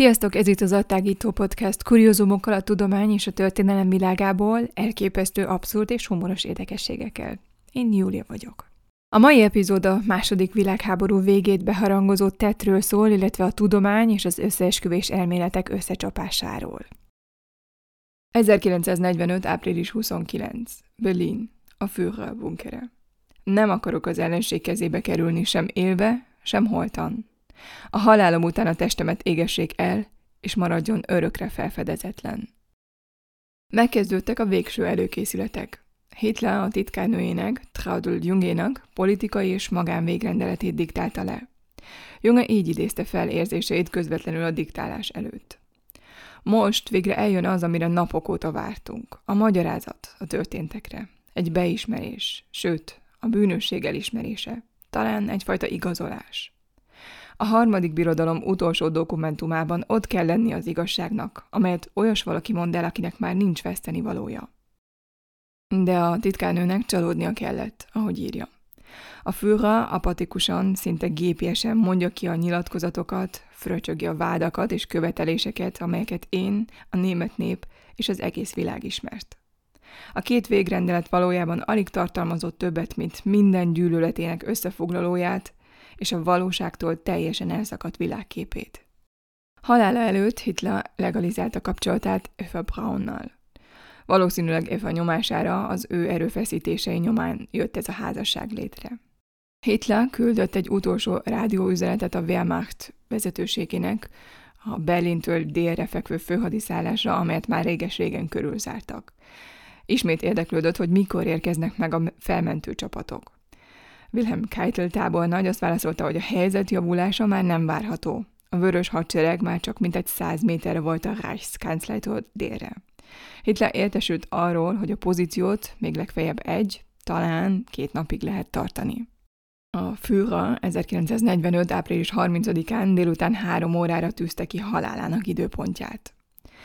Sziasztok, ez itt az Adtágító Podcast, kuriózumokkal a tudomány és a történelem világából, elképesztő, abszurd és humoros érdekességekkel. Én Júlia vagyok. A mai epizód a második világháború végét beharangozó tettről szól, illetve a tudomány és az összeesküvés elméletek összecsapásáról. 1945. április 29. Berlin, a Führer bunkere. Nem akarok az ellenség kezébe kerülni sem élve, sem holtan. A halálom után a testemet égessék el, és maradjon örökre felfedezetlen. Megkezdődtek a végső előkészületek. Hitler a titkárnőjének, Traudl Jungénak politikai és magánvégrendeletét diktálta le. Junge így idézte fel érzéseit közvetlenül a diktálás előtt. Most végre eljön az, amire napok óta vártunk. A magyarázat a történtekre. Egy beismerés, sőt, a bűnösség elismerése. Talán egyfajta igazolás. A harmadik birodalom utolsó dokumentumában ott kell lenni az igazságnak, amelyet olyas valaki mond el, akinek már nincs vesztenivalója. De a titkárnőnek csalódnia kellett, ahogy írja. A Führer apatikusan, szinte gépiesen mondja ki a nyilatkozatokat, fröcsögi a vádakat és követeléseket, amelyeket én, a német nép és az egész világ ismert. A két végrendelet valójában alig tartalmazott többet, mint minden gyűlöletének összefoglalóját, és a valóságtól teljesen elszakadt világképét. Halála előtt Hitler legalizálta kapcsolatát Eva Braunnal. Valószínűleg Eva nyomására, az ő erőfeszítései nyomán jött ez a házasság létre. Hitler küldött egy utolsó rádióüzenetet a Wehrmacht vezetőségének a Berlintől délre fekvő főhadiszállásra, amelyet már réges-régen körülzártak. Ismét érdeklődött, hogy mikor érkeznek meg a felmentő csapatok. Wilhelm Keitel tábornagy azt válaszolta, hogy a helyzet javulása már nem várható. A vörös hadsereg már csak mintegy 100 méterre volt a Reichskanzleitól délre. Hitler értesült arról, hogy a pozíciót még legfeljebb 1, talán 2 napig lehet tartani. A Führer 1945. április 30-án délután 3 órára tűzte ki halálának időpontját.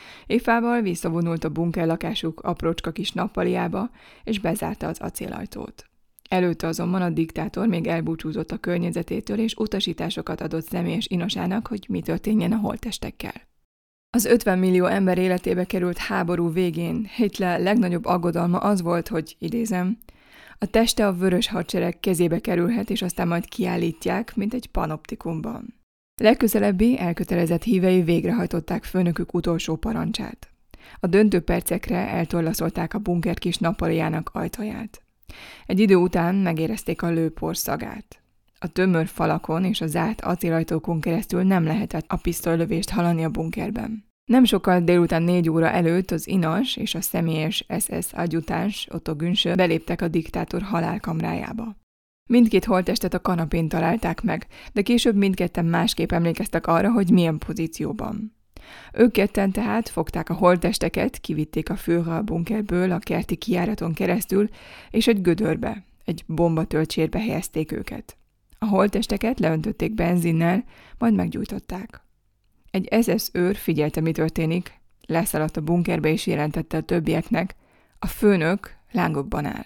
Évával visszavonult a bunkerlakásuk aprócska kis nappaliába, és bezárta az acélajtót. Előtte azonban a diktátor még elbúcsúzott a környezetétől, és utasításokat adott személyes inasának, hogy mi történjen a holttestekkel. Az 50 millió ember életébe került háború végén Hitler legnagyobb aggodalma az volt, hogy, idézem, a teste a vörös hadsereg kezébe kerülhet, és aztán majd kiállítják, mint egy panoptikumban. Legközelebbi elkötelezett hívei végrehajtották főnökük utolsó parancsát. A döntő percekre eltorlaszolták a bunker kis nappaliának ajtaját. Egy idő után megérezték a lőpor szagát. A tömör falakon és a zárt acélajtókon keresztül nem lehetett a pisztolylövést hallani a bunkerben. Nem sokkal délután 4 óra előtt az inas és a személyes SS adjutáns Otto Günsche beléptek a diktátor halálkamrájába. Mindkét holttestet a kanapén találták meg, de később mindketten másképp emlékeztek arra, hogy milyen pozícióban. Ők ketten tehát fogták a holttesteket, kivitték a Führer bunkerből a kerti kijáraton keresztül, és egy gödörbe, egy bombatölcsérbe helyezték őket. A holttesteket leöntötték benzinnel, majd meggyújtották. Egy SS őr figyelte, mi történik, leszaladt a bunkerbe és jelentette a többieknek, a főnök lángokban áll.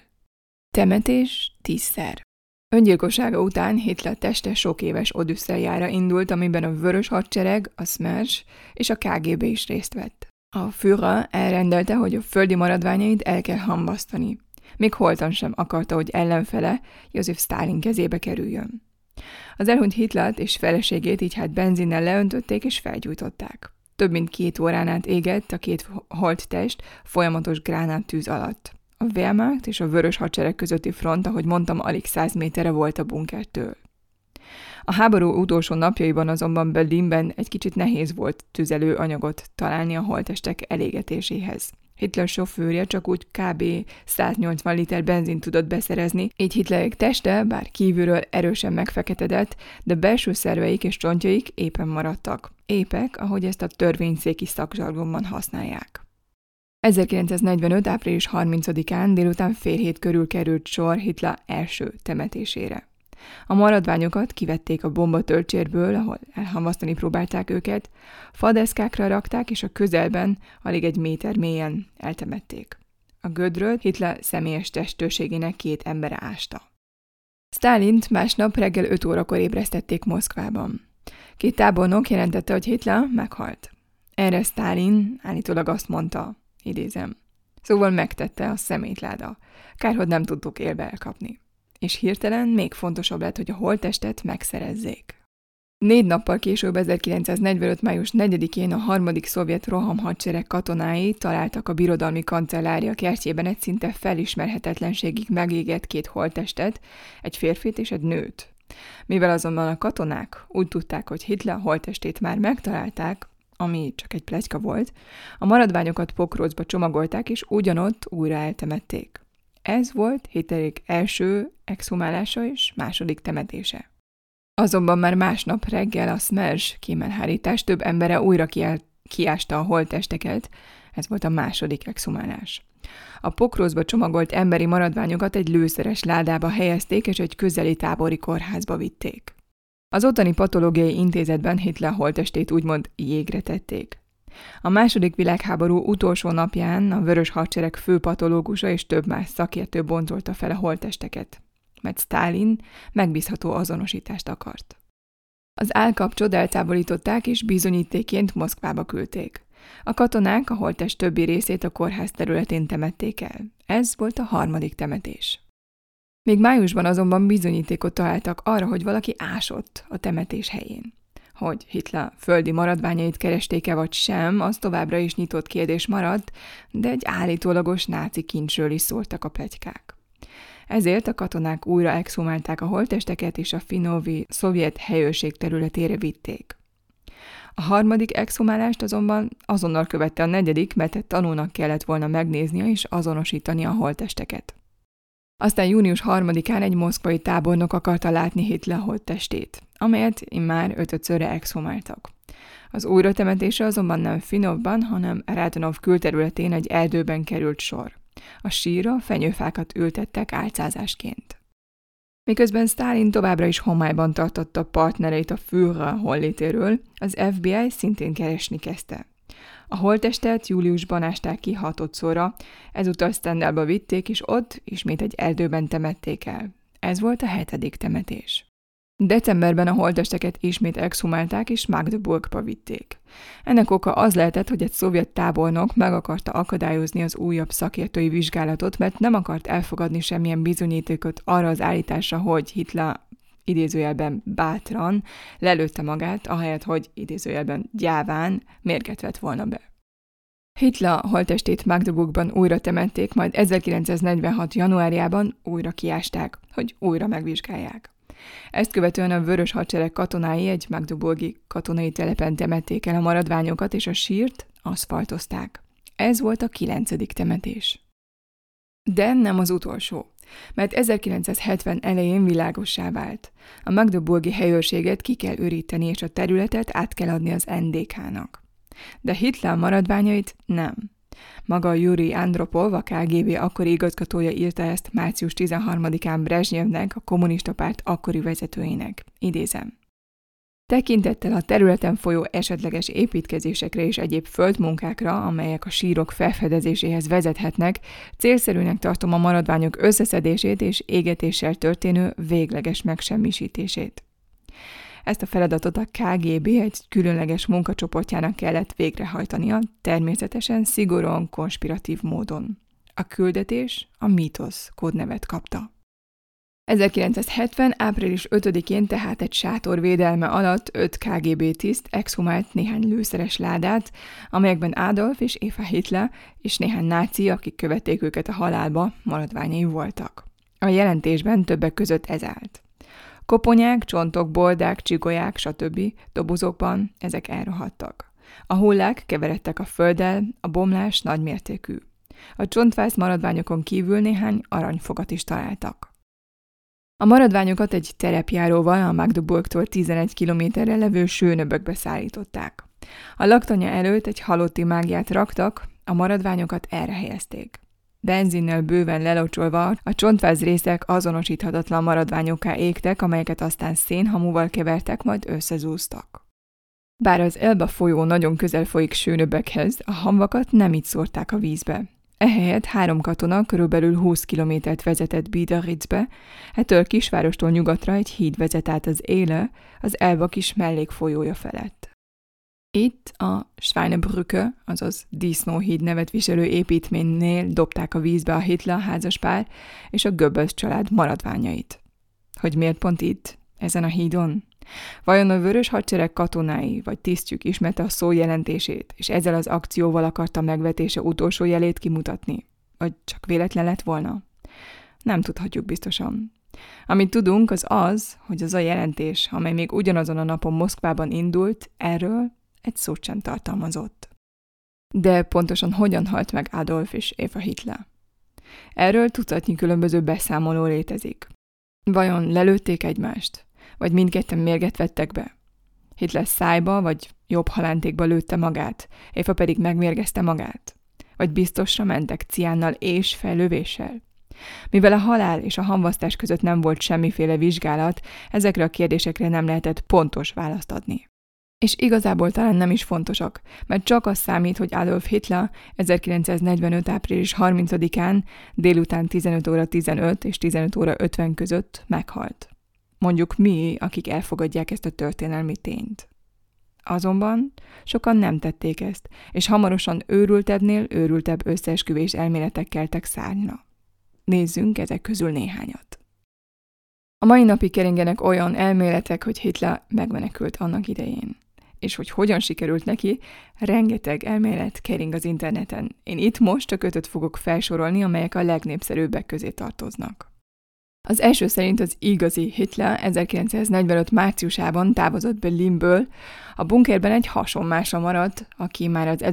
Temetés 10-szer. Öngyilkossága után Hitler teste sok éves odüsszeljára indult, amiben a vörös hadsereg, a Smersh és a KGB is részt vett. A Führer elrendelte, hogy a földi maradványait el kell hamvasztani. Még holtan sem akarta, hogy ellenfele, Josef Sztálin kezébe kerüljön. Az elhunyt Hitlert és feleségét így hát benzinnel leöntötték és felgyújtották. Több mint 2 órán át égett a 2 holttest folyamatos gránáttűz alatt. A Wehrmacht és a vörös hadsereg közötti front, ahogy mondtam, alig 100 méterre volt a bunkertől. A háború utolsó napjaiban azonban Berlinben egy kicsit nehéz volt tüzelőanyagot találni a holttestek elégetéséhez. Hitler sofőrje csak úgy kb. 180 liter benzint tudott beszerezni, így Hitlerék teste, bár kívülről erősen megfeketedett, de belső szerveik és csontjaik épen maradtak. Épek, ahogy ezt a törvényszéki szakzsargonban használják. 1945. április 30-án délután fél 7 körül került sor Hitler első temetésére. A maradványokat kivették a bombatölcsérből, ahol elhamvasztani próbálták őket, fadeszkákra rakták, és a közelben, alig 1 méter mélyen eltemették. A gödröt Hitler személyes testőrségének 2 embere ásta. Sztálint másnap reggel 5 órakor ébresztették Moszkvában. Két tábornok jelentette, hogy Hitler meghalt. Erre Sztálin állítólag azt mondta, idézem, szóval megtette a szemétláda, kárhogy nem tudtuk élbe elkapni. És hirtelen még fontosabb lett, hogy a holttestet megszerezzék. 4 nappal később, 1945. május 4-én a 3. szovjet rohamhadsereg katonái találtak a birodalmi kancellária kertjében egy szinte felismerhetetlenségig megégett 2 holttestet, egy férfit és egy nőt. Mivel azonban a katonák úgy tudták, hogy Hitler holttestét már megtalálták, ami csak egy pletyka volt, a maradványokat pokrócba csomagolták és ugyanott újra eltemették. Ez volt Hitlerék első exhumálása és második temetése. Azonban már másnap reggel a Smersh kémelhárítás több embere újra kiásta a holttesteket, ez volt a második exhumálás. A pokrócba csomagolt emberi maradványokat egy lőszeres ládába helyezték, és egy közeli tábori kórházba vitték. Az ottani patológiai intézetben Hitler holttestét úgymond jégre tették. A második világháború utolsó napján a Vörös Hadsereg főpatológusa és több más szakértő boncolta fel a holttesteket, mert Sztálin megbízható azonosítást akart. Az állkapcsot eltávolították és bizonyítékként Moszkvába küldték. A katonák a holttest többi részét a kórház területén temették el. Ez volt a 3. temetés. Még májusban azonban bizonyítékot találtak arra, hogy valaki ásott a temetés helyén. Hogy Hitler földi maradványait keresték-e vagy sem, az továbbra is nyitott kérdés maradt, de egy állítólagos náci kincsről is szóltak a pletykák. Ezért a katonák újra exhumálták a holttesteket, és a Finovi szovjet helyőrség területére vitték. A 3. exhumálást azonban azonnal követte a 4., mert egy tanúnak kellett volna megnéznia és azonosítani a holttesteket. Aztán június 3-án egy moszkvai tábornok akarta látni Hitler holttestét, amelyet immár 5-szörre exhumáltak. Az újratemetésre azonban nem Finovban, hanem Ratonov külterületén egy erdőben került sor. A sírra fenyőfákat ültettek álcázásként. Miközben Sztálin továbbra is homályban tartotta partnereit a Führer hollétéről, az FBI szintén keresni kezdte. A holttestet júliusban ásták ki 6-szorra, ezúttal Stendhalba vitték, és ott ismét egy erdőben temették el. Ez volt a 7. temetés. Decemberben a holttesteket ismét exhumálták és Magdeburgba vitték. Ennek oka az lehetett, hogy egy szovjet tábornok meg akarta akadályozni az újabb szakértői vizsgálatot, mert nem akart elfogadni semmilyen bizonyítékot arra az állításra, hogy Hitler idézőjelben bátran lelőtte magát, ahelyett, hogy idézőjelben gyáván mérget vett volna be. Hitler holttestét Magdeburgban újra temették, majd 1946. januárjában újra kiásták, hogy újra megvizsgálják. Ezt követően a Vörös Hadsereg katonái egy magdeburgi katonai telepen temették el a maradványokat, és a sírt aszfaltozták. Ez volt a 9. temetés. De nem az utolsó, mert 1970 elején világossá vált. A magdeburgi helyőrséget ki kell üríteni, és a területet át kell adni az NDK-nak. De Hitler maradványait nem. Maga Jurij Andropov, a KGB akkori igazgatója írta ezt március 13-án Brezsnyevnek, a kommunista párt akkori vezetőjének. Idézem. Tekintettel a területen folyó esetleges építkezésekre és egyéb földmunkákra, amelyek a sírok felfedezéséhez vezethetnek, célszerűnek tartom a maradványok összeszedését és égetéssel történő végleges megsemmisítését. Ezt a feladatot a KGB egy különleges munkacsoportjának kellett végrehajtania, természetesen szigorúan konspiratív módon. A küldetés a mítosz kódnevet kapta. 1970. április 5-én tehát egy sátor védelme alatt 5 KGB tiszt exhumált néhány lőszeres ládát, amelyekben Adolf és Eva Hitler és néhány náci, akik követték őket a halálba, maradványai voltak. A jelentésben többek között ez állt. Koponyák, csontok, boldák, csigolyák, stb. Dobozokban ezek elrohadtak. A hullák keveredtek a földdel, a bomlás nagymértékű. A csontváz maradványokon kívül néhány aranyfogat is találtak. A maradványokat egy terepjáróval a Magdeburgtól 11 kilométerre levő Schönöbökbe szállították. A laktanya előtt egy halotti mágiát raktak, a maradványokat erre helyezték. Benzinnel bőven lelocsolva a csontváz részek azonosíthatatlan maradványokká égtek, amelyeket aztán szénhamuval kevertek, majd összezúztak. Bár az Elba folyó nagyon közel folyik Schönöbökhez, a hamvakat nem így szórták a vízbe. Ehelyett 3 katona körülbelül 20 kilométert vezetett Biederritzbe, ettől kisvárostól nyugatra egy híd vezet át az Éle, az Elba kis mellékfolyója felett. Itt a Schweinebrücke, azaz Disznóhíd nevet viselő építménynél dobták a vízbe a Hitler házaspár és a Goebbels család maradványait. Hogy miért pont itt, ezen a hídon? Vajon a Vörös Hadsereg katonái vagy tisztjük ismerte a szó jelentését, és ezzel az akcióval akarta megvetése utolsó jelét kimutatni? Vagy csak véletlen lett volna? Nem tudhatjuk biztosan. Amit tudunk, az az, hogy az a jelentés, amely még ugyanazon a napon Moszkvában indult, erről egy szót sem tartalmazott. De pontosan hogyan halt meg Adolf és Eva Hitler? Erről tucatnyi különböző beszámoló létezik. Vajon lelőtték egymást? Vagy mindketten mérget vettek be? Hitler szájba vagy jobb halántékba lőtte magát, Eva pedig megmérgezte magát? Vagy biztosra mentek ciánnal és fellövéssel? Mivel a halál és a hamvasztás között nem volt semmiféle vizsgálat, ezekre a kérdésekre nem lehetett pontos választ adni. És igazából talán nem is fontosak, mert csak az számít, hogy Adolf Hitler 1945. április 30-án délután 15 óra 15 és 15 óra 50 között meghalt. Mondjuk mi, akik elfogadják ezt a történelmi tényt. Azonban sokan nem tették ezt, és hamarosan őrültebbnél őrültebb összeesküvés elméletek keltek szárnyra. Nézzünk ezek közül néhányat. A mai napig keringenek olyan elméletek, hogy Hitler megmenekült annak idején. És hogy hogyan sikerült neki, rengeteg elmélet kering az interneten. Én itt most csak 5-öt fogok felsorolni, amelyek a legnépszerűbbek közé tartoznak. Az első szerint az igazi Hitler 1945. márciusában távozott Berlinből, a bunkerben egy hasonmása maradt, aki már az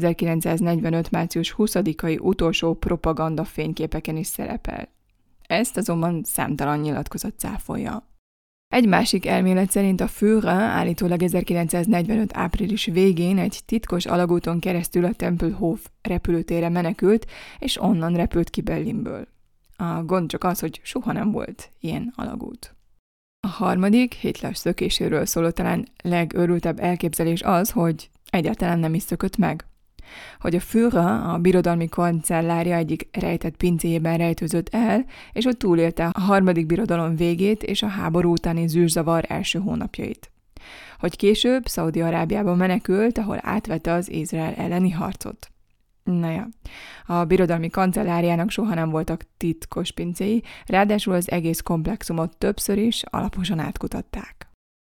1945. március 20-ai utolsó propaganda fényképeken is szerepel. Ezt azonban számtalan nyilatkozat cáfolja. Egy másik elmélet szerint a Führer állítólag 1945. április végén egy titkos alagúton keresztül a Tempelhof repülőtérre menekült, és onnan repült ki Berlinből. A gond csak az, hogy soha nem volt ilyen alagút. A harmadik, Hitler szökéséről szóló talán legőrültebb elképzelés az, hogy egyáltalán nem is szökött meg. Hogy a Führer a birodalmi kancellárja egyik rejtett pincéjében rejtőzött el, és ott túlélte a harmadik birodalom végét és a háború utáni zűrzavar első hónapjait. Hogy később Szaudi-Arábiába menekült, ahol átvette az Izrael elleni harcot. Naja, a birodalmi kancellárjának soha nem voltak titkos pincéi, ráadásul az egész komplexumot többször is alaposan átkutatták.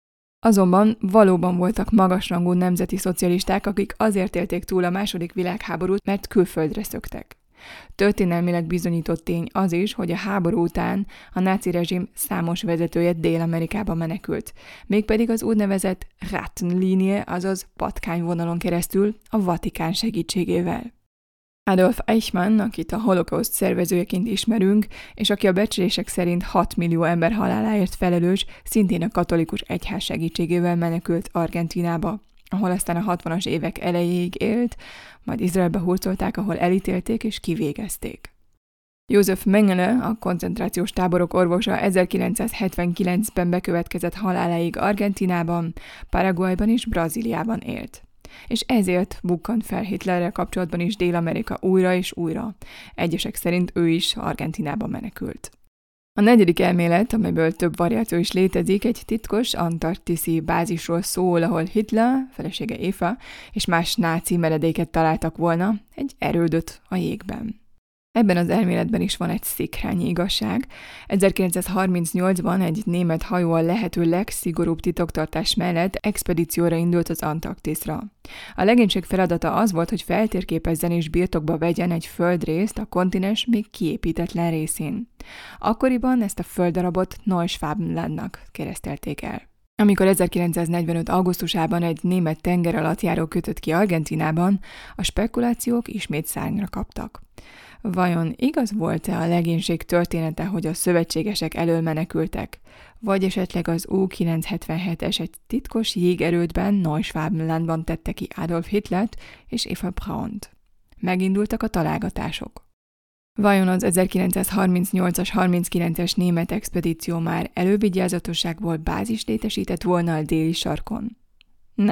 Azonban valóban voltak magasrangú nemzeti szocialisták, akik azért élték túl a II. Világháborút, mert külföldre szöktek. Történelmileg bizonyított tény az is, hogy a háború után a náci rezsim számos vezetője Dél-Amerikába menekült, mégpedig az úgynevezett Rattenlinie, azaz patkányvonalon keresztül a Vatikán segítségével. Adolf Eichmann, akit a holokauszt szervezőjeként ismerünk, és aki a becslések szerint 6 millió ember haláláért felelős, szintén a katolikus egyház segítségével menekült Argentínába, ahol aztán a 60-as évek elejéig élt, majd Izraelbe hurcolták, ahol elítélték és kivégezték. József Mengele, a koncentrációs táborok orvosa 1979-ben bekövetkezett haláláig Argentínában, Paraguayban és Brazíliában élt. És ezért bukkant fel Hitlerrel kapcsolatban is Dél-Amerika újra és újra. Egyesek szerint ő is Argentínába menekült. A negyedik elmélet, amelyből több variáció is létezik, egy titkos antarktiszi bázisról szól, ahol Hitler, felesége Eva és más náci meredéket találtak volna, egy erődöt a jégben. Ebben az elméletben is van egy szikrányi igazság. 1938-ban egy német hajó a lehető legszigorúbb titoktartás mellett expedícióra indult az Antarktiszra. A legénység feladata az volt, hogy feltérképezzen és birtokba vegyen egy földrészt a kontinens még kiépítetlen részén. Akkoriban ezt a földdarabot Neuschwabenlandnak keresztelték el. Amikor 1945. augusztusában egy német tengeralattjáró kötött ki Argentínában, a spekulációk ismét szárnyra kaptak. Vajon igaz volt-e a legénység története, hogy a szövetségesek elől menekültek? Vagy esetleg az U-977-es egy titkos jégerődben Neuschwabenlandban tette ki Adolf Hitlert és Eva Braunt? Megindultak a találgatások. Vajon az 1938-as 39-es német expedíció már elővigyázatosságból bázist létesített volna a déli sarkon? Nem.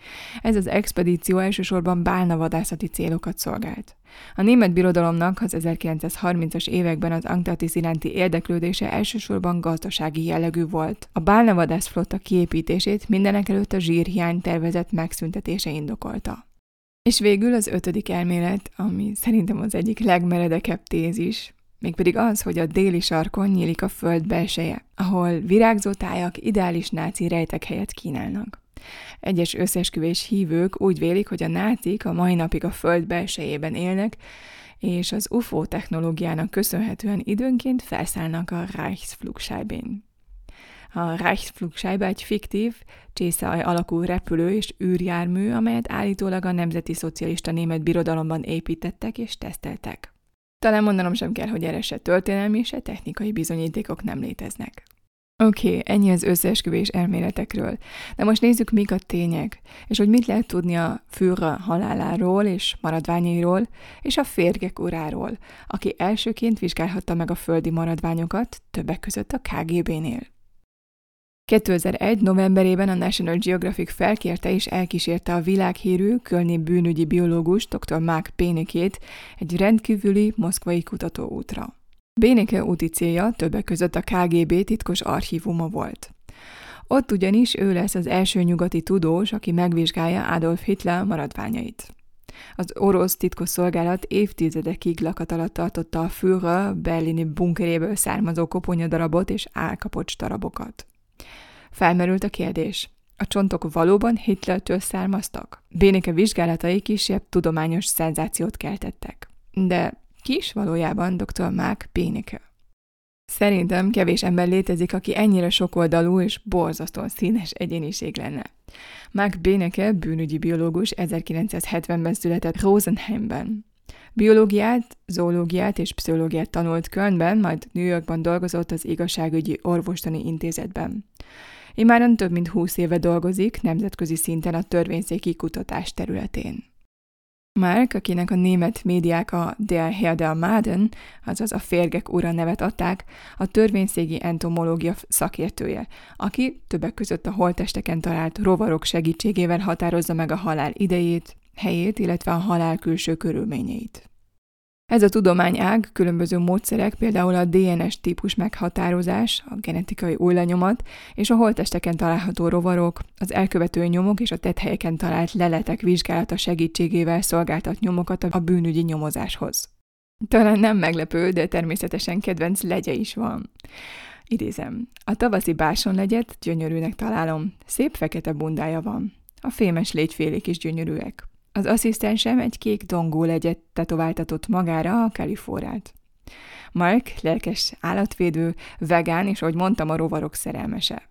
Ez az expedíció elsősorban bálnavadászati célokat szolgált. A német birodalomnak az 1930-as években az Antarktisz iránti érdeklődése elsősorban gazdasági jellegű volt. A bálnavadászflotta kiépítését mindenekelőtt a zsírhiány tervezett megszüntetése indokolta. És végül az 5. elmélet, ami szerintem az egyik legmeredekebb tézis, mégpedig az, hogy a déli sarkon nyílik a föld belseje, ahol virágzó tájak ideális náci rejtekhelyet kínálnak. Egyes összeesküvés hívők úgy vélik, hogy a nácik a mai napig a föld belsejében élnek, és az UFO technológiának köszönhetően időnként felszállnak a Reichsflugscheiben. A Reichsflugscheibe egy fiktív, csészehaj alakú repülő és űrjármű, amelyet állítólag a Nemzeti Szocialista Német Birodalomban építettek és teszteltek. Talán mondanom sem kell, hogy erre se történelmi, se technikai bizonyítékok nem léteznek. Oké, ennyi az összeesküvés elméletekről, de most nézzük, mik a tények, és hogy mit lehet tudni a Führer haláláról és maradványairól, és a férgek uráról, aki elsőként vizsgálhatta meg a földi maradványokat, többek között a KGB-nél. 2001. novemberében a National Geographic felkérte és elkísérte a világhírű kölni bűnügyi biológus dr. Mark Benekét egy rendkívüli moszkvai kutatóútra. Beneke úti célja többek között a KGB titkos archívuma volt. Ott ugyanis ő lesz az első nyugati tudós, aki megvizsgálja Adolf Hitler maradványait. Az orosz titkosszolgálat évtizedekig lakat alatt tartotta a Führer berlini bunkeréből származó koponyadarabot és állkapocs darabokat. Felmerült a kérdés, a csontok valóban Hitlertől származtak? Beneke vizsgálatai kisebb tudományos szenzációt keltettek. De ki is valójában dr. Mark Beneke? Szerintem kevés ember létezik, aki ennyire sokoldalú és borzasztóan színes egyéniség lenne. Mark Beneke bűnügyi biológus 1970-ben született Rosenheimben. Biológiát, zoológiát és pszichológiát tanult Kölnben, majd New Yorkban dolgozott az igazságügyi orvostani intézetben. Imáron több mint 20 éve dolgozik nemzetközi szinten a törvényszéki kutatás területén. Mark, akinek a német médiák a Der Herr der Maden, azaz a férgek ura nevet adták, a törvényszéki entomológia szakértője, aki többek között a holttesteken talált rovarok segítségével határozza meg a halál idejét, helyét, illetve a halál külső körülményeit. Ez a tudományág különböző módszerek, például a DNS típus meghatározás, a genetikai új lenyomat és a holttesteken található rovarok, az elkövető nyomok és a tetthelyeken talált leletek vizsgálata segítségével szolgáltat nyomokat a bűnügyi nyomozáshoz. Talán nem meglepő, de természetesen kedvenc legye is van. Idézem, a tavaszi bársonlegyet gyönyörűnek találom, szép fekete bundája van. A fémes légyfélék is gyönyörűek. Az asszisztensem egy kék dongólegyet tetováltatott magára, a Kaliforát. Mark lelkes állatvédő, vegán, és ahogy mondtam, a rovarok szerelmese.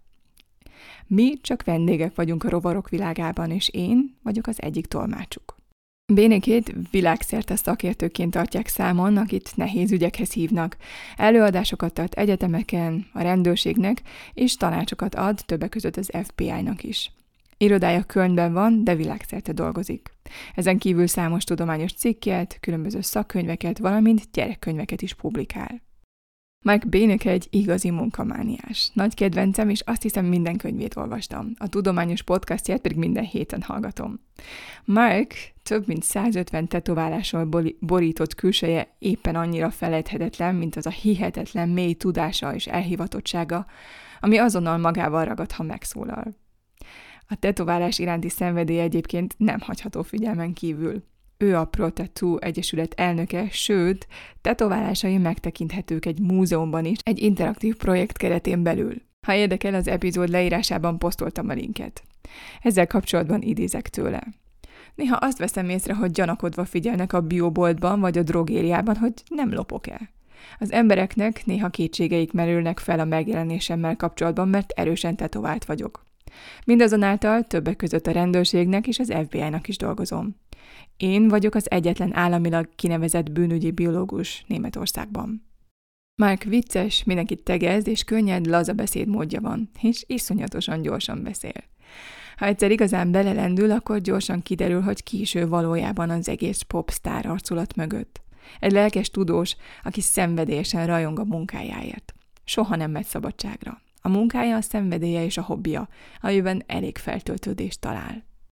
Mi csak vendégek vagyunk a rovarok világában, és én vagyok az egyik tolmácsuk. Benekét világszerte szakértőként tartják számon, akit nehéz ügyekhez hívnak. Előadásokat tart egyetemeken, a rendőrségnek, és tanácsokat ad többek között az FBI-nak is. Irodája Kölnben van, de világszerte dolgozik. Ezen kívül számos tudományos cikket, különböző szakkönyveket, valamint gyerekkönyveket is publikál. Mark Beneke egy igazi munkamániás. Nagy kedvencem, és azt hiszem minden könyvét olvastam. A tudományos podcastját pedig minden héten hallgatom. Mark több mint 150 tetoválással borított külseje éppen annyira feledhetetlen, mint az a hihetetlen mély tudása és elhivatottsága, ami azonnal magával ragad, ha megszólal. A tetoválás iránti szenvedély egyébként nem hagyható figyelmen kívül. Ő a Pro Tattoo Egyesület elnöke, sőt, tetoválásai megtekinthetők egy múzeumban is, egy interaktív projekt keretén belül. Ha érdekel, az epizód leírásában posztoltam a linket. Ezzel kapcsolatban idézek tőle. Néha azt veszem észre, hogy gyanakodva figyelnek a bioboltban vagy a drogériában, hogy nem lopok-e. Az embereknek néha kétségeik merülnek fel a megjelenésemmel kapcsolatban, mert erősen tetovált vagyok. Mindazonáltal többek között a rendőrségnek és az FBI-nak is dolgozom. Én vagyok az egyetlen államilag kinevezett bűnügyi biológus Németországban. Mark vicces, mindenkit tegez, és könnyed, laza beszédmódja van, és iszonyatosan gyorsan beszél. Ha egyszer igazán belelendül, akkor gyorsan kiderül, hogy ki is ő valójában az egész popstar arculat mögött. Egy lelkes tudós, aki szenvedélyesen rajong a munkájáért. Soha nem megy szabadságra. A munkája, a szenvedélye és a hobbija, amiben elég feltöltődést talál.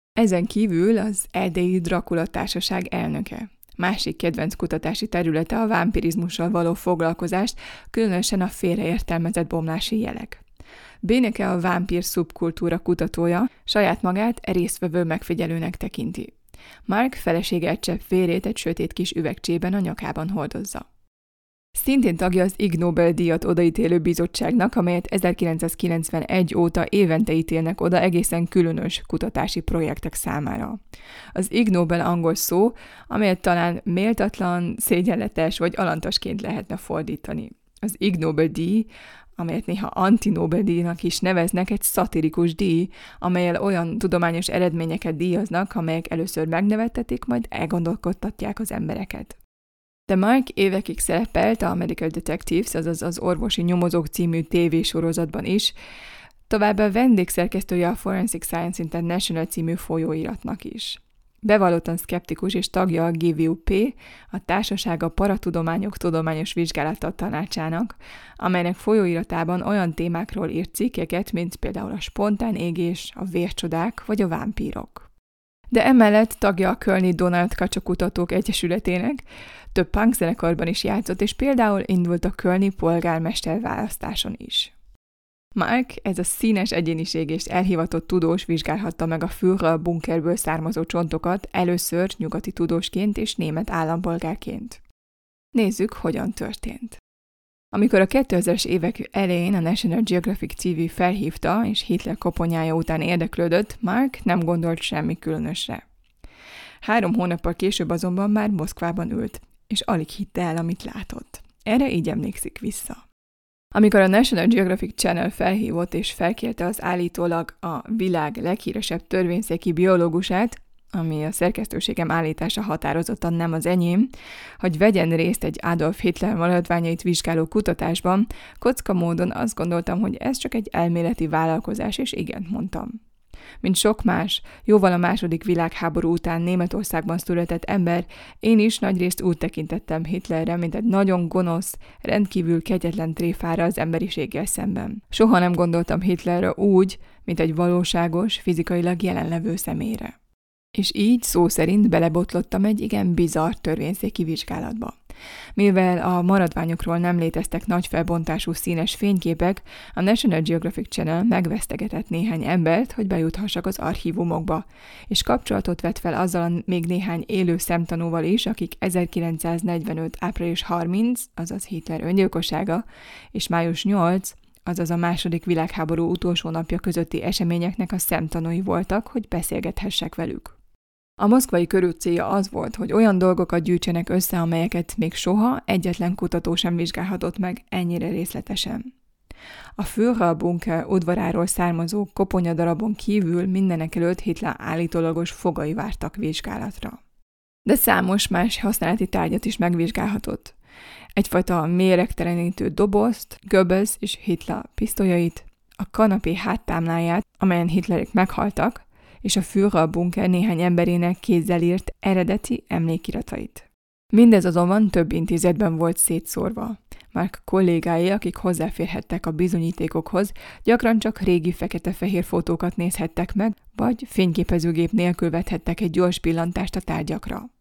Ezen kívül az Erdélyi Dracula Társaság elnöke. Másik kedvenc kutatási területe a vámpirizmussal való foglalkozást, különösen a félreértelmezett bomlási jelek. Béneke a vámpír szubkultúra kutatója, saját magát résztvevő megfigyelőnek tekinti. Mark felesége egy csepp vérét egy sötét kis üvegcsében a nyakában hordozza. Szintén tagja az Ig Nobel-díjat odaítélő bizottságnak, amelyet 1991 óta évente ítélnek oda egészen különös kutatási projektek számára. Az Ig Nobel angol szó, amelyet talán méltatlan, szégyenletes vagy alantasként lehetne fordítani. Az Ig Nobel-díj, amelyet néha anti-Nobel-díjnak is neveznek, egy szatirikus díj, amellyel olyan tudományos eredményeket díjaznak, amelyek először megnevettetik, majd elgondolkodtatják az embereket. De Mark évekig szerepelt a Medical Detectives, azaz az Orvosi Nyomozók című tévésorozatban is, továbbá vendégszerkesztője a Forensic Science International című folyóiratnak is. Bevallottan szkeptikus és tagja a GVUP, a Társaság a Paratudományok Tudományos Vizsgálata Tanácsának, amelynek folyóiratában olyan témákról írt cikkeket, mint például a spontán égés, a vércsodák vagy a vámpírok. De emellett tagja a kölni Donald Kacsa Kutatók Egyesületének, több punk zenekarban is játszott, és például indult a kölni polgármester választáson is. Mark, ez a színes egyéniség és elhivatott tudós vizsgálhatta meg a Führer bunkerből származó csontokat először nyugati tudósként és német állampolgárként. Nézzük, hogyan történt. Amikor a 2000-es évek elején a National Geographic TV felhívta, és Hitler koponyája után érdeklődött, Mark nem gondolt semmi különösre. 3 hónappal később azonban már Moszkvában ült, és alig hitte el, amit látott. Erre így emlékszik vissza. Amikor a National Geographic Channel felhívott és felkérte az állítólag a világ leghíresebb törvényszéki biológusát, ami a szerkesztőségem állítása határozottan nem az enyém, hogy vegyen részt egy Adolf Hitler maradványait vizsgáló kutatásban, kocka módon azt gondoltam, hogy ez csak egy elméleti vállalkozás, és igent mondtam. Mint sok más, jóval a II. Világháború után Németországban született ember, én is nagyrészt úgy tekintettem Hitlerre, mint egy nagyon gonosz, rendkívül kegyetlen tréfára az emberiséggel szemben. Soha nem gondoltam Hitlerre úgy, mint egy valóságos, fizikailag jelenlevő személyre. És így szó szerint belebotlottam egy igen bizarr törvényszéki vizsgálatba. Mivel a maradványokról nem léteztek nagy felbontású színes fényképek, a National Geographic Channel megvesztegetett néhány embert, hogy bejuthassak az archívumokba, és kapcsolatot vett fel azzal a még néhány élő szemtanúval is, akik 1945. április 30, azaz Hitler öngyilkossága, és május 8, azaz a II. Világháború utolsó napja közötti eseményeknek a szemtanúi voltak, hogy beszélgethessek velük. A moszkvai körút célja az volt, hogy olyan dolgokat gyűjtsenek össze, amelyeket még soha egyetlen kutató sem vizsgálhatott meg ennyire részletesen. A Führer bunker udvaráról származó koponyadarabon kívül mindenekelőtt Hitler állítólagos fogai vártak vizsgálatra. De számos más használati tárgyat is megvizsgálhatott. Egyfajta méregtelenítő dobozt, Goebbels és Hitler pisztolyait, a kanapé háttámláját, amelyen Hitlerék meghaltak, és a Führer bunker néhány emberének kézzel írt eredeti emlékiratait. Mindez azonban több intézetben volt szétszórva. Mark kollégái, akik hozzáférhettek a bizonyítékokhoz, gyakran csak régi fekete-fehér fotókat nézhettek meg, vagy fényképezőgép nélkül vethettek egy gyors pillantást a tárgyakra.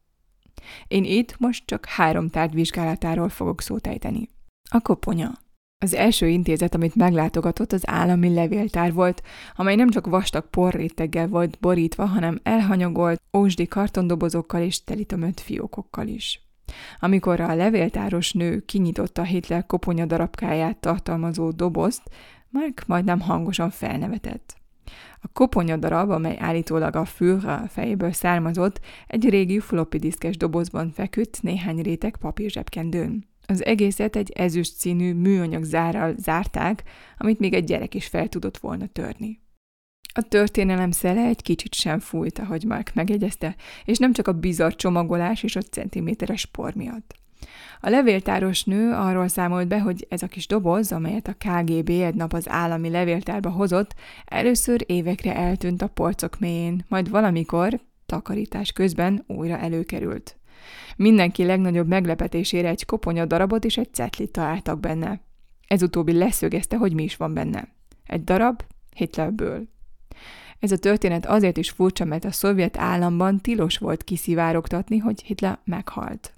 Én itt most csak 3 tárgy vizsgálatáról fogok szót ejteni. A koponya. Az első intézet, amit meglátogatott, az állami levéltár volt, amely nem csak vastag porréteggel volt borítva, hanem elhanyagolt, ósdi kartondobozokkal és telitömött fiókokkal is. Amikor a levéltáros nő kinyitotta Hitler koponya darabkáját tartalmazó dobozt, Mark majdnem hangosan felnevetett. A koponya darab, amely állítólag a Führer fejéből származott, egy régi floppy diszkes dobozban feküdt néhány réteg papírzsebkendőn. Az egészet egy ezüst színű műanyag zárral zárták, amit még egy gyerek is fel tudott volna törni. A történelem szele egy kicsit sem fújt, ahogy Mark megjegyezte, és nem csak a bizarr csomagolás és a centiméteres por miatt. A levéltáros nő arról számolt be, hogy ez a kis doboz, amelyet a KGB egy nap az állami levéltárba hozott, először évekre eltűnt a polcok mélyén, majd valamikor, takarítás közben újra előkerült. Mindenki legnagyobb meglepetésére egy koponya darabot és egy cetlit találtak benne. Ez utóbbi leszögezte, hogy mi is van benne. Egy darab Hitlerből. Ez a történet azért is furcsa, mert a szovjet államban tilos volt kiszivárogtatni, hogy Hitler meghalt.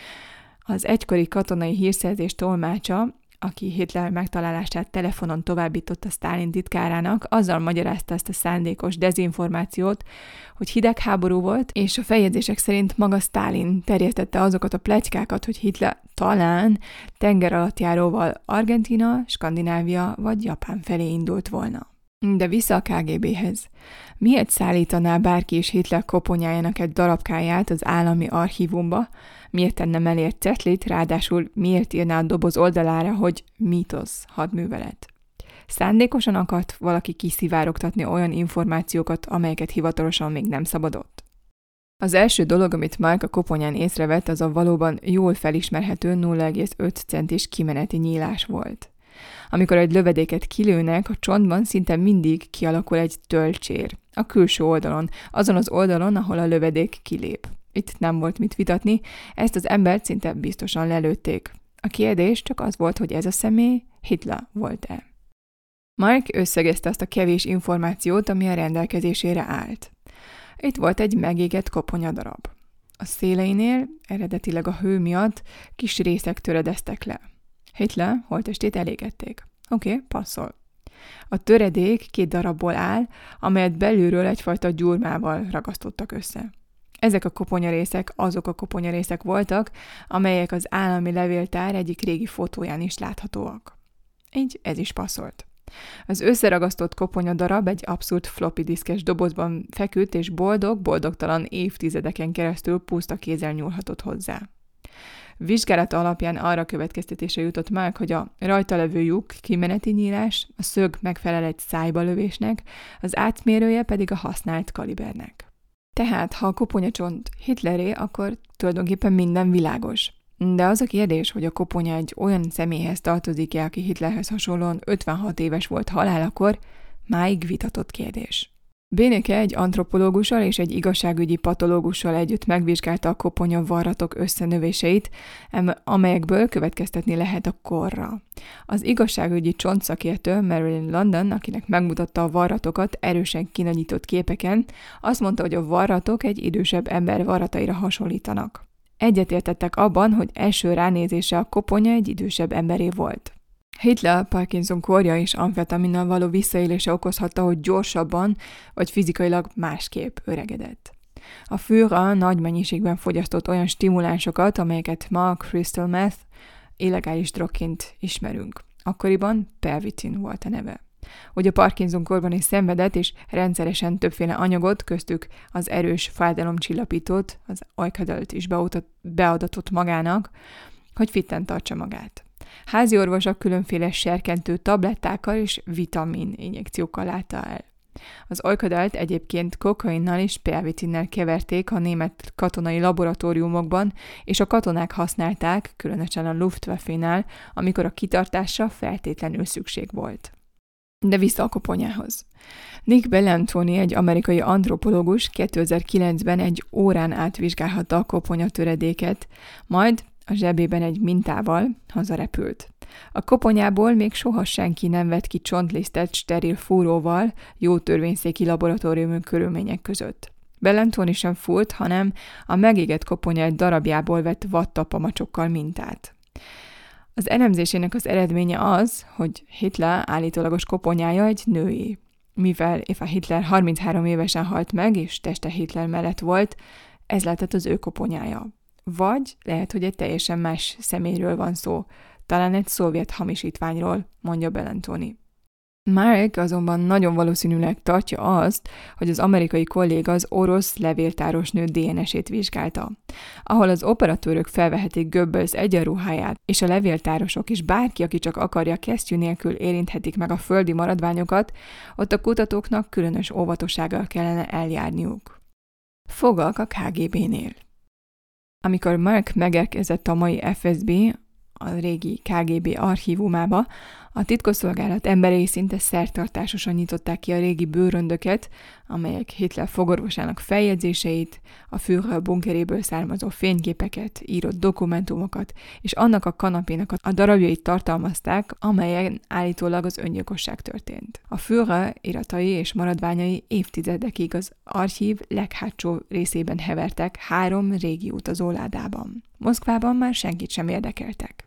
Az egykori katonai hírszerzés tolmácsa, aki Hitler megtalálását telefonon továbbította Sztálin titkárának, azzal magyarázta ezt a szándékos dezinformációt, hogy hidegháború volt, és a feljegyzések szerint maga Sztálin terjesztette azokat a pletykákat, hogy Hitler talán tengeralattjáróval Argentína, Skandinávia vagy Japán felé indult volna. De vissza a KGB-hez. Miért szállítaná bárki is Hitler koponyájának egy darabkáját az állami archívumba, miért tenne mellé egy cetlit, ráadásul miért írná a doboz oldalára, hogy mítosz, hadművelet? Szándékosan akart valaki kiszivárogtatni olyan információkat, amelyeket hivatalosan még nem szabadott? Az első dolog, amit Mark a koponyán észrevett, az a valóban jól felismerhető 0,5 centis kimeneti nyílás volt. Amikor egy lövedéket kilőnek, a csontban szinte mindig kialakul egy tölcsér. A külső oldalon, azon az oldalon, ahol a lövedék kilép. Itt nem volt mit vitatni, ezt az embert szinte biztosan lelőtték. A kérdés csak az volt, hogy ez a személy Hitler volt-e. Mark összegezte azt a kevés információt, ami a rendelkezésére állt. Itt volt egy megégett koponyadarab. A széleinél, eredetileg a hő miatt, kis részek töredeztek le. Hitler holttestét elégették. Oké, passzol. A töredék 2 darabból áll, amelyet belülről egyfajta gyurmával ragasztottak össze. Ezek a koponyarészek azok a koponyarészek voltak, amelyek az állami levéltár egyik régi fotóján is láthatóak. Így ez is passzolt. Az összeragasztott koponyadarab egy abszurd floppy diszkes dobozban feküdt, és boldogtalan évtizedeken keresztül puszta kézzel nyúlhatott hozzá. Vizsgálata alapján arra következtetésre jutott Mark, hogy a rajta levő lyuk kimeneti nyílás, a szög megfelel egy szájba lövésnek, az átmérője pedig a használt kalibernek. Tehát, ha a koponyacsont Hitleré, akkor tulajdonképpen minden világos. De az a kérdés, hogy a koponya egy olyan személyhez tartozik-e, aki Hitlerhez hasonlóan 56 éves volt halálakor, máig vitatott kérdés. Béneke egy antropológussal és egy igazságügyi patológussal együtt megvizsgálta a koponya varratok összenövéseit, amelyekből következtetni lehet a korra. Az igazságügyi csontszakértő Marilyn London, akinek megmutatta a varratokat erősen kinagyított képeken, azt mondta, hogy a varratok egy idősebb ember varrataira hasonlítanak. Egyetértettek abban, hogy első ránézésre a koponya egy idősebb emberé volt. Hitler Parkinson-korja és amfetaminnal való visszaélése okozhatta, hogy gyorsabban vagy fizikailag másképp öregedett. A Führer nagy mennyiségben fogyasztott olyan stimulánsokat, amelyeket ma crystal meth, illegális drogként ismerünk. Akkoriban Pervitin volt a neve. Hogy a Parkinson-korban is szenvedett, és rendszeresen többféle anyagot, köztük az erős fájdalomcsillapítót, az Oikadalt is beadatott magának, hogy fitten tartsa magát. Házi orvosok különféle serkentő tablettákkal és vitamin injekciókkal látta el. Az Oikadalt egyébként kokainnal és pervitinnel keverték a német katonai laboratóriumokban, és a katonák használták, különösen a Luftwaffe-nál, amikor a kitartásra feltétlenül szükség volt. De vissza a koponyához. Nick Bellantoni, egy amerikai antropológus 2009-ben egy órán át vizsgálhatta a koponya töredéket, majd a zsebében egy mintával hazarepült. A koponyából még soha senki nem vett ki csontlisztet steril fúróval jó törvényszéki laboratóriumi körülmények között. Bellantoni sem fúrt, hanem a megégett koponya egy darabjából vett vattapamacsokkal mintát. Az elemzésének az eredménye az, hogy Hitler állítólagos koponyája egy női. Mivel Eva Hitler 33 évesen halt meg, és teste Hitler mellett volt, ez lehetett az ő koponyája. Vagy lehet, hogy egy teljesen más személyről van szó, talán egy szovjet hamisítványról, mondja Bellantoni. Marek azonban nagyon valószínűleg tartja azt, hogy az amerikai kolléga az orosz levéltárosnő DNS-ét vizsgálta. Ahol az operatőrök felvehetik Goebbels egyenruháját, és a levéltárosok is bárki, aki csak akarja, kesztyű nélkül érinthetik meg a földi maradványokat, ott a kutatóknak különös óvatossággal kellene eljárniuk. Fogak a KGB-nél. Amikor Mark megérkezett a mai FSB, a régi KGB archívumába, A titkosszolgálat emberei szinte szertartásosan nyitották ki a régi bőröndöket, amelyek Hitler fogorvosának feljegyzéseit, a Führer bunkeréből származó fényképeket, írott dokumentumokat és annak a kanapénak a darabjait tartalmazták, amelyen állítólag az öngyilkosság történt. A Führer iratai és maradványai évtizedekig az archív leghátsó részében hevertek 3 régi utazóládában. Moszkvában már senkit sem érdekeltek.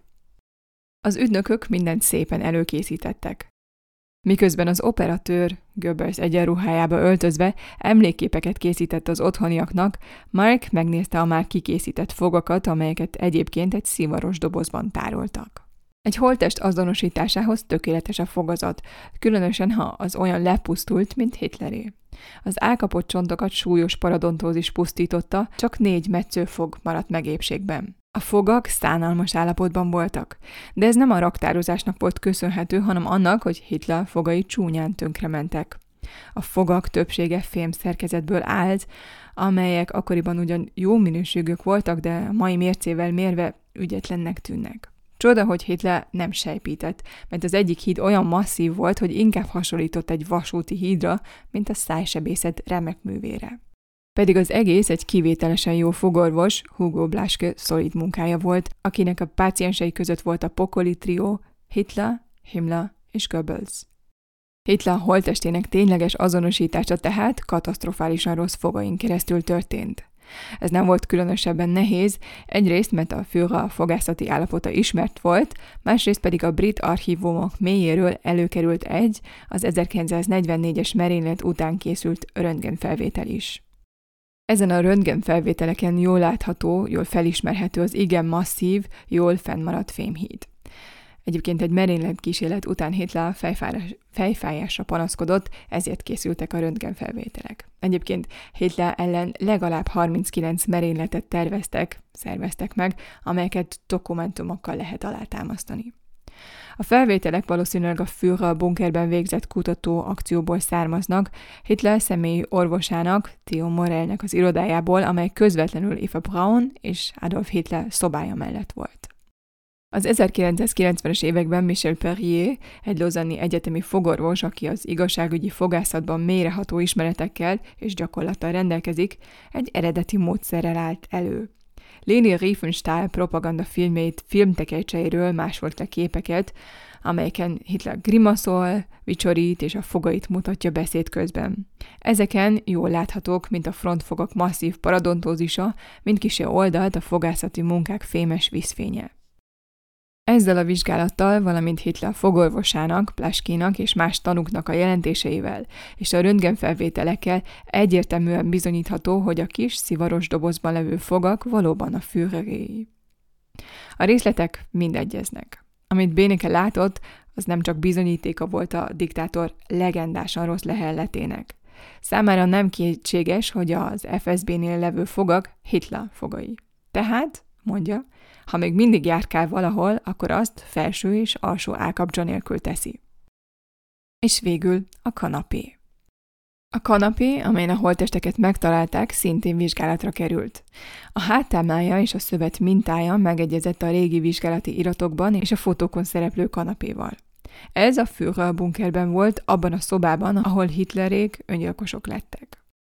Az ügynökök mindent szépen előkészítettek. Miközben az operatőr, Goebbels egyenruhájába öltözve emlékképeket készített az otthoniaknak, Mark megnézte a már kikészített fogakat, amelyeket egyébként egy szivaros dobozban tároltak. Egy holttest azonosításához tökéletes a fogazat, különösen ha az olyan lepusztult, mint Hitleré. Az elkapott csontokat súlyos paradontózis pusztította, csak 4 metszőfog maradt meg épségben. A fogak szánalmas állapotban voltak, de ez nem a raktározásnak volt köszönhető, hanem annak, hogy Hitler fogai csúnyán tönkrementek. A fogak többsége fém szerkezetből állt, amelyek akkoriban ugyan jó minőségűek voltak, de mai mércével mérve ügyetlennek tűnnek. Csoda, hogy Hitler nem sejpített, mert az egyik híd olyan masszív volt, hogy inkább hasonlított egy vasúti hídra, mint a szájsebészet remek művére. Pedig az egész egy kivételesen jó fogorvos, Hugo Blaschke szolid munkája volt, akinek a páciensei között volt a pokoli trió, Hitler, Himmler és Goebbels. Hitler holttestének tényleges azonosítása tehát katasztrofálisan rossz fogain keresztül történt. Ez nem volt különösebben nehéz, egyrészt, mert a Führer fogászati állapota ismert volt, másrészt pedig a brit archívumok mélyéről előkerült az 1944-es merénylet után készült röntgenfelvétel is. Ezen a röntgenfelvételeken jól látható, jól felismerhető az igen masszív, jól fennmaradt fémhíd. Egyébként egy merénylet kísérlet után Hitler fejfájásra panaszkodott, ezért készültek a röntgenfelvételek. Egyébként Hitler ellen legalább 39 merényletet szerveztek meg, amelyeket dokumentumokkal lehet alátámasztani. A felvételek valószínűleg a Führer bunkerben végzett kutató akcióból származnak, Hitler személyi orvosának, Theo Morellnek az irodájából, amely közvetlenül Eva Braun és Adolf Hitler szobája mellett volt. Az 1990-es években Michel Perrier, egy lausanne-i egyetemi fogorvos, aki az igazságügyi fogászatban mélyreható ismeretekkel és gyakorlattal rendelkezik, egy eredeti módszerrel állt elő. Leni Riefenstahl propagandafilmjeit filmtekercseiről másolt le képeket, amelyeken Hitler grimaszol, vicsorít és a fogait mutatja beszéd közben. Ezeken jól láthatók, mint a frontfogak masszív paradontózisa, mint kissé oldalt a fogászati munkák fémes vízfénye. Ezzel a vizsgálattal, valamint Hitler fogorvosának, Blaschkénak és más tanúknak a jelentéseivel és a röntgenfelvételekkel egyértelműen bizonyítható, hogy a kis, szivaros dobozban levő fogak valóban a Führeréi. A részletek mind egyeznek. Amit Benecke látott, az nem csak bizonyítéka volt a diktátor legendásan rossz lehelletének. Számára nem kétséges, hogy az FSB-nél levő fogak Hitler fogai. Tehát, mondja, ha még mindig járkál valahol, akkor azt felső és alsó állkapcsa nélkül teszi. És végül a kanapé. A kanapé, amelyen a holttesteket megtalálták, szintén vizsgálatra került. A háttámlája és a szövet mintája megegyezett a régi vizsgálati iratokban és a fotókon szereplő kanapéval. Ez a Führer bunkerben volt, abban a szobában, ahol Hitlerék öngyilkosok lettek.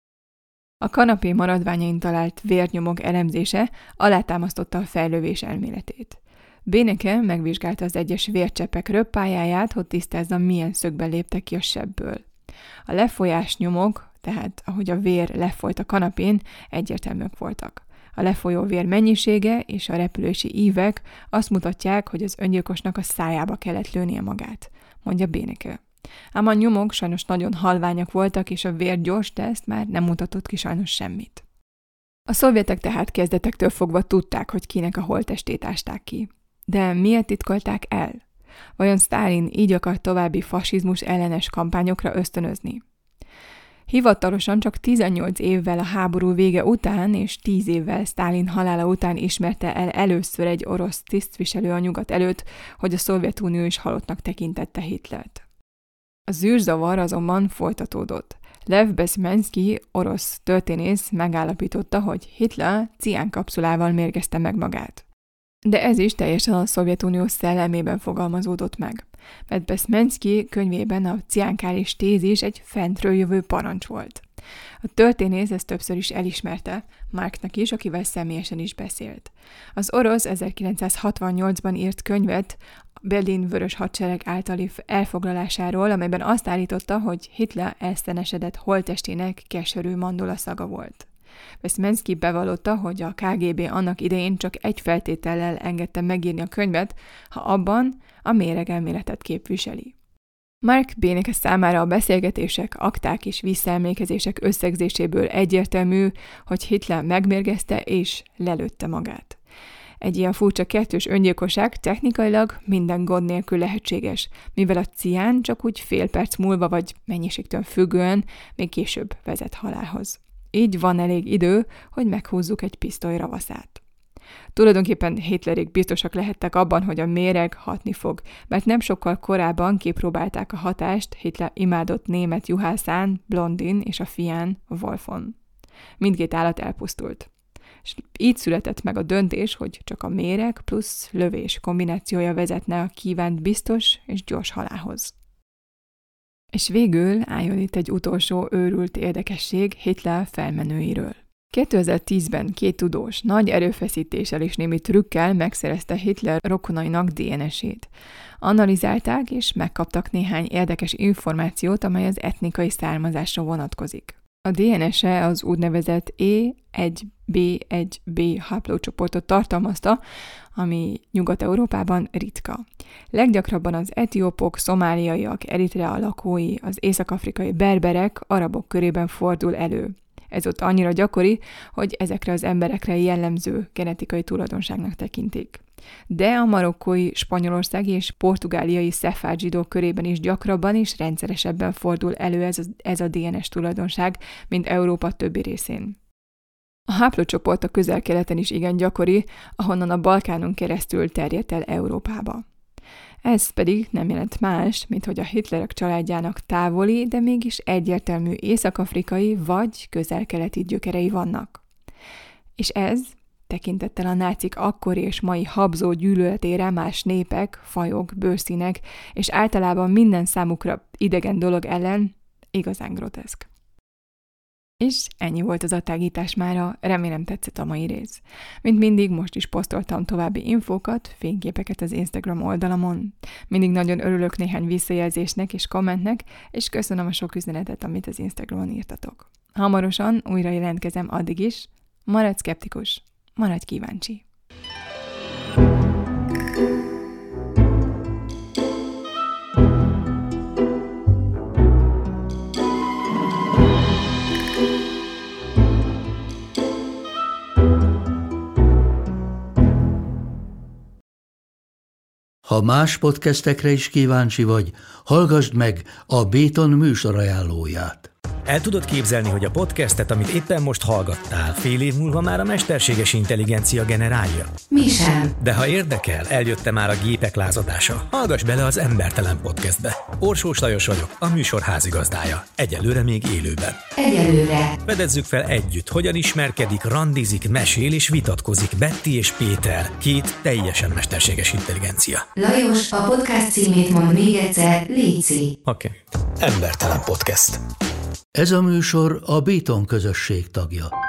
A kanapé maradványain talált vérnyomok elemzése alátámasztotta a fejlővés elméletét. Benecke megvizsgálta az egyes vércseppek röppályáját, hogy tisztázza, milyen szögben léptek ki a sebből. A lefolyás nyomok, tehát ahogy a vér lefolyt a kanapén, egyértelműek voltak. A lefolyó vér mennyisége és a repülési ívek azt mutatják, hogy az öngyilkosnak a szájába kellett lőnie magát, mondja Benecke. Ám a nyomok sajnos nagyon halványak voltak, és a vér gyors teszt már nem mutatott ki sajnos semmit. A szovjetek tehát kezdetektől fogva tudták, hogy kinek a holttestét ásták ki. De miért titkolták el? Vajon Sztálin így akart további fasizmus ellenes kampányokra ösztönözni? Hivatalosan csak 18 évvel a háború vége után és 10 évvel Sztálin halála után ismerte el először egy orosz tisztviselő a nyugat előtt, hogy a Szovjetunió is halottnak tekintette Hitlert. A zűrzavar azonban folytatódott. Lev Bezmenszky, orosz történész megállapította, hogy Hitler ciánkapszulával mérgezte meg magát. De ez is teljesen a Szovjetunió szellemében fogalmazódott meg. mert Beszmenszky könyvében a ciánkális tézis egy fentről jövő parancs volt. A történész ezt többször is elismerte, Marknak is, akivel személyesen is beszélt. Az orosz 1968-ban írt könyvet Berlin Vörös Hadsereg általi elfoglalásáról, amelyben azt állította, hogy Hitler elszenesedett holttestének keserű mandula szaga volt. Beszmenszky bevallotta, hogy a KGB annak idején csak egy feltétellel engedte megírni a könyvet, ha abban a méregelméletet képviseli. Mark Béneke számára a beszélgetések, akták és visszaemlékezések összegzéséből egyértelmű, hogy Hitler megmérgezte és lelőtte magát. Egy ilyen furcsa kettős öngyilkosság technikailag minden gond nélkül lehetséges, mivel a cián csak úgy fél perc múlva vagy mennyiségtől függően még később vezet halálhoz. Így van elég idő, hogy meghúzzuk egy pisztoly ravaszát. Tulajdonképpen Hitlerék biztosak lehettek abban, hogy a méreg hatni fog, mert nem sokkal korábban kipróbálták a hatást Hitler imádott német juhászán, Blondin és a fián, Wolfon. Mindkét állat elpusztult. És így született meg a döntés, hogy csak a méreg plusz lövés kombinációja vezetne a kívánt biztos és gyors halálhoz. És végül álljon itt egy utolsó őrült érdekesség Hitler felmenőiről. 2010-ben 2 tudós nagy erőfeszítéssel és némi trükkel megszerezte Hitler rokonainak DNS-ét. Analizálták és megkaptak néhány érdekes információt, amely az etnikai származásra vonatkozik. A DNS-e az úgynevezett E1B1B haplócsoportot tartalmazta, ami Nyugat-Európában ritka. Leggyakrabban az etiópok, szomáliaiak, Eritrea lakói, az észak-afrikai berberek, arabok körében fordul elő. Ez ott annyira gyakori, hogy ezekre az emberekre jellemző genetikai tulajdonságnak tekintik. De a marokkói, spanyolországi és portugáliai szefárd zsidók körében is gyakrabban és rendszeresebben fordul elő ez a DNS tulajdonság, mint Európa többi részén. A haplócsoport a Közel-Keleten is igen gyakori, ahonnan a Balkánon keresztül terjedt el Európába. Ez pedig nem jelent más, mint hogy a Hitlerek családjának távoli, de mégis egyértelmű észak-afrikai vagy közel-keleti gyökerei vannak. És ez, tekintettel a nácik akkori és mai habzó gyűlöletére más népek, fajok, bőrszínek és általában minden számukra idegen dolog ellen igazán groteszk. És ennyi volt az attágítás mára, remélem tetszett a mai rész. Mint mindig, most is posztoltam további infókat, fényképeket az Instagram oldalamon. Mindig nagyon örülök néhány visszajelzésnek és kommentnek, és köszönöm a sok üzenetet, amit az Instagramon írtatok. Hamarosan újra jelentkezem, addig is. Maradj szkeptikus, maradj kíváncsi! Ha más podcastekre is kíváncsi vagy, hallgassd meg a Béton műsor ajánlóját. El tudod képzelni, hogy a podcastet, amit éppen most hallgattál, fél év múlva már a mesterséges intelligencia generálja? Mi sem. De ha érdekel, eljött már a gépek lázadása. Hallgass bele az Embertelen Podcastbe. Orsós Lajos vagyok, a műsor házigazdája. Egyelőre még élőben. Egyelőre. Fedezzük fel együtt, hogyan ismerkedik, randizik, mesél és vitatkozik Betty és Péter, 2 teljesen mesterséges intelligencia. Lajos, a podcast címét mond még egyszer, léci. Oké. Embertelen Podcast. Ez a műsor a Béton közösség tagja.